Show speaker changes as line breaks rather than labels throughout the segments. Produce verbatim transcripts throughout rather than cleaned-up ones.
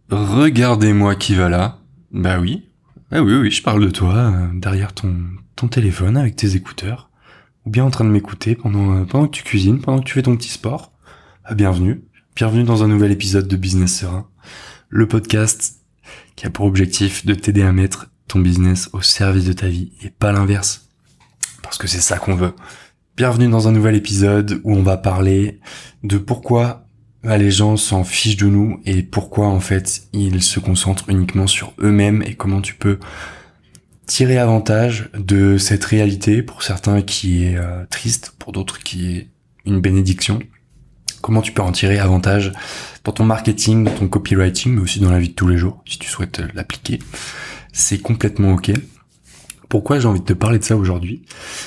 Regardez-moi qui va là. Bah oui. Ah oui, oui, je parle de toi, euh, derrière ton, ton téléphone, avec tes écouteurs, ou bien en train de m'écouter pendant, euh, pendant que tu cuisines, pendant que tu fais ton petit sport. Ah, bienvenue. Bienvenue dans un nouvel épisode de Business Serein, le podcast qui a pour objectif de t'aider à mettre ton business au service de ta vie et pas l'inverse. Parce que c'est ça qu'on veut. Bienvenue dans un nouvel épisode où on va parler de pourquoi bah, les gens s'en fichent de nous et pourquoi en fait ils se concentrent uniquement sur eux-mêmes et comment tu peux tirer avantage de cette réalité, pour certains qui est euh, triste, pour d'autres qui est une bénédiction. Comment tu peux en tirer avantage pour ton marketing, dans ton copywriting, mais aussi dans la vie de tous les jours, si tu souhaites l'appliquer. C'est complètement ok. Pourquoi j'ai envie de te parler de ça aujourd'hui ?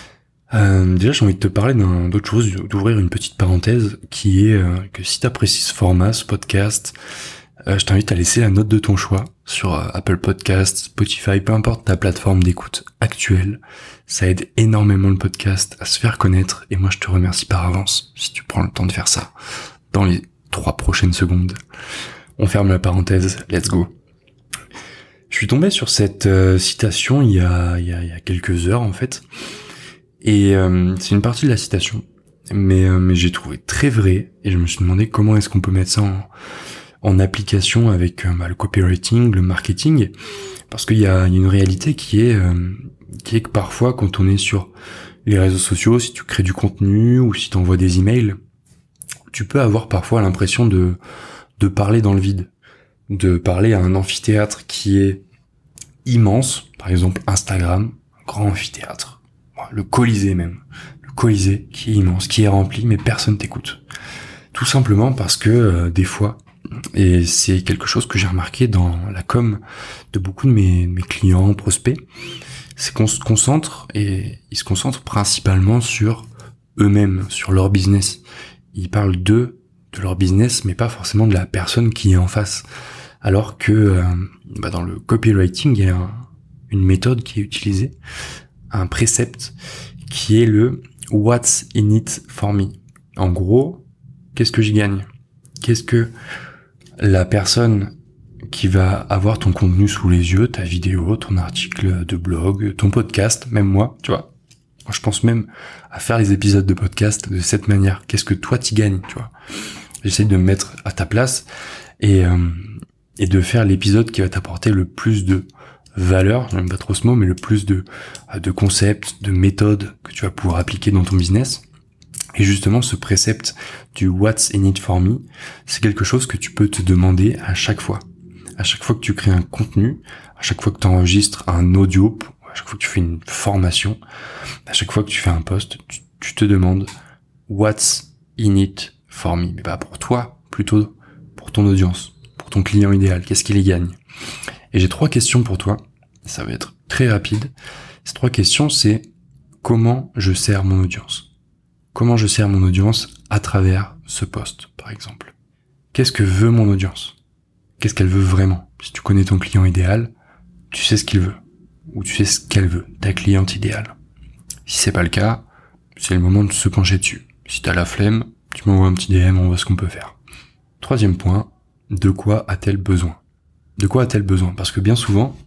Euh, déjà j'ai envie de te parler d'un, d'autre chose, d'ouvrir une petite parenthèse qui est euh, que si tu apprécies ce format, ce podcast, euh, je t'invite à laisser la note de ton choix sur euh, Apple Podcasts, Spotify, peu importe ta plateforme d'écoute actuelle. Ça aide énormément le podcast à se faire connaître et moi je te remercie par avance si tu prends le temps de faire ça dans les trois prochaines secondes. On ferme la parenthèse, let's go. Je suis tombé sur cette euh, citation il y a, il y a, il y a quelques heures en fait. Et euh, c'est une partie de la citation, mais, euh, mais j'ai trouvé très vrai, et je me suis demandé comment est-ce qu'on peut mettre ça en, en application avec euh, bah, le copywriting, le marketing, parce qu'il y a une réalité qui est, euh, qui est que parfois quand on est sur les réseaux sociaux, si tu crées du contenu ou si tu envoies des emails, tu peux avoir parfois l'impression de, de parler dans le vide, de parler à un amphithéâtre qui est immense, par exemple Instagram, un grand amphithéâtre. Le Colisée même, le Colisée qui est immense, qui est rempli, mais personne t'écoute. Tout simplement parce que euh, des fois, et c'est quelque chose que j'ai remarqué dans la com de beaucoup de mes, mes clients, prospects, c'est qu'on se concentre, et ils se concentrent principalement sur eux-mêmes, sur leur business. Ils parlent d'eux, de leur business, mais pas forcément de la personne qui est en face. Alors que euh, bah dans le copywriting, il y a un, une méthode qui est utilisée, un précepte qui est le « What's in it for me ». En gros, qu'est-ce que j'y gagne ? Qu'est-ce que la personne qui va avoir ton contenu sous les yeux, ta vidéo, ton article de blog, ton podcast, même moi, tu vois, moi, je pense même à faire les épisodes de podcast de cette manière. Qu'est-ce que toi t'y gagnes, tu vois ? J'essaie de me mettre à ta place et, euh, et de faire l'épisode qui va t'apporter le plus de valeur, j'aime pas trop ce mot, mais le plus de, de concepts, de méthodes que tu vas pouvoir appliquer dans ton business. Et justement, ce précepte du What's in it for me, c'est quelque chose que tu peux te demander à chaque fois. À chaque fois que tu crées un contenu, à chaque fois que tu enregistres un audio, à chaque fois que tu fais une formation, à chaque fois que tu fais un post, tu, tu te demandes What's in it for me. Mais pas pour toi, plutôt pour ton audience, pour ton client idéal. Qu'est-ce qu'il y gagne ? Et j'ai trois questions pour toi, ça va être très rapide. Ces trois questions, c'est comment je sers mon audience ? Comment je sers mon audience à travers ce post, par exemple ? Qu'est-ce que veut mon audience ? Qu'est-ce qu'elle veut vraiment ? Si tu connais ton client idéal, tu sais ce qu'il veut, ou tu sais ce qu'elle veut, ta cliente idéale. Si c'est pas le cas, c'est le moment de se pencher dessus. Si t'as la flemme, tu m'envoies un petit D M, on voit ce qu'on peut faire. Troisième point, de quoi a-t-elle besoin ? De quoi a-t-elle besoin ? Parce que bien souvent,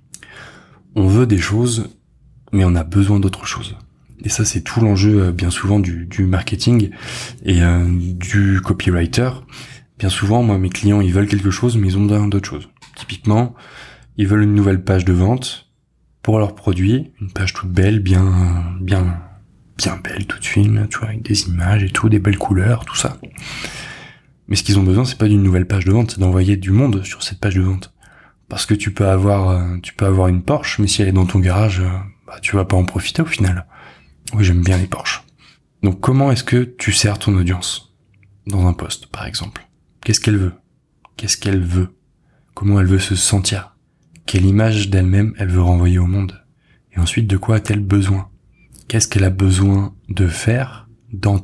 on veut des choses, mais on a besoin d'autre chose. Et ça, c'est tout l'enjeu, bien souvent, du, du marketing et euh, du copywriter. Bien souvent, moi, mes clients, ils veulent quelque chose, mais ils ont besoin d'autre chose. Typiquement, ils veulent une nouvelle page de vente pour leur produit, une page toute belle, bien, bien, bien belle, toute fine, tu vois, avec des images et tout, des belles couleurs, tout ça. Mais ce qu'ils ont besoin, c'est pas d'une nouvelle page de vente, c'est d'envoyer du monde sur cette page de vente. Parce que tu peux avoir, euh, tu peux avoir une Porsche, mais si elle est dans ton garage, euh, bah, tu vas pas en profiter au final. Oui, j'aime bien les Porsche. Donc comment est-ce que tu sers ton audience dans un post, par exemple ? Qu'est-ce qu'elle veut ? Qu'est-ce qu'elle veut ? Comment elle veut se sentir ? Quelle image d'elle-même elle veut renvoyer au monde ? Et ensuite, de quoi a-t-elle besoin ? Qu'est-ce qu'elle a besoin de faire, d'entendre ?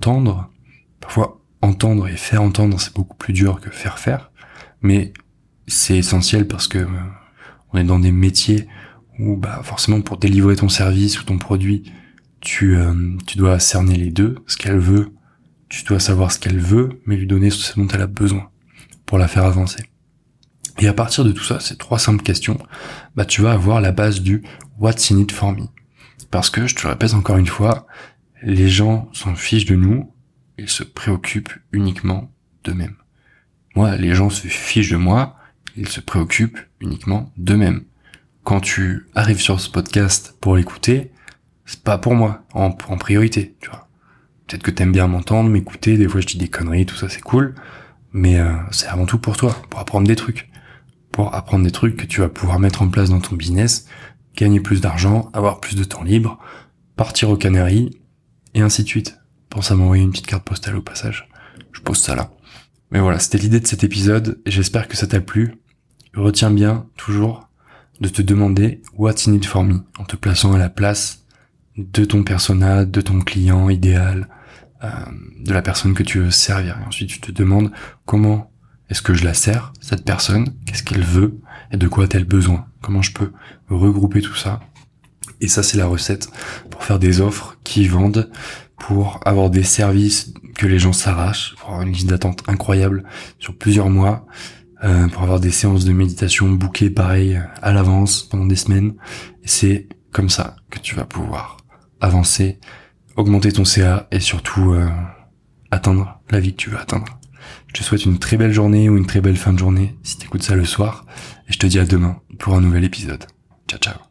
Parfois, entendre et faire entendre, c'est beaucoup plus dur que faire faire, mais c'est essentiel parce que euh, on est dans des métiers où bah forcément pour délivrer ton service ou ton produit, tu euh, tu dois cerner les deux, ce qu'elle veut, tu dois savoir ce qu'elle veut, mais lui donner ce dont elle a besoin pour la faire avancer. Et à partir de tout ça, ces trois simples questions, bah tu vas avoir la base du What's in it for me. Parce que, je te le répète encore une fois, les gens s'en fichent de nous, ils se préoccupent uniquement d'eux-mêmes. Moi, les gens se fichent de moi, ils se préoccupent uniquement d'eux-mêmes. Quand tu arrives sur ce podcast pour l'écouter, c'est pas pour moi, en, en priorité, tu vois. Peut-être que t'aimes bien m'entendre, m'écouter, des fois je dis des conneries, tout ça c'est cool, mais euh, c'est avant tout pour toi, pour apprendre des trucs. Pour apprendre des trucs que tu vas pouvoir mettre en place dans ton business, gagner plus d'argent, avoir plus de temps libre, partir aux Canaries, et ainsi de suite. Pense à m'envoyer une petite carte postale au passage. Je pose ça là. Mais voilà, c'était l'idée de cet épisode, et j'espère que ça t'a plu. Retiens bien, toujours, de te demander what's in it for me, en te plaçant à la place de ton persona, de ton client idéal, euh, de la personne que tu veux servir. Et ensuite, tu te demandes comment est-ce que je la sers, cette personne, qu'est-ce qu'elle veut, et de quoi a-t-elle besoin, comment je peux regrouper tout ça. Et ça, c'est la recette pour faire des offres qui vendent, pour avoir des services que les gens s'arrachent, pour avoir une liste d'attente incroyable sur plusieurs mois, euh, pour avoir des séances de méditation bookées pareil à l'avance pendant des semaines. Et c'est comme ça que tu vas pouvoir avancer, augmenter ton C A et surtout euh, atteindre la vie que tu veux atteindre. Je te souhaite une très belle journée ou une très belle fin de journée si tu écoutes ça le soir. Et je te dis à demain pour un nouvel épisode. Ciao, ciao.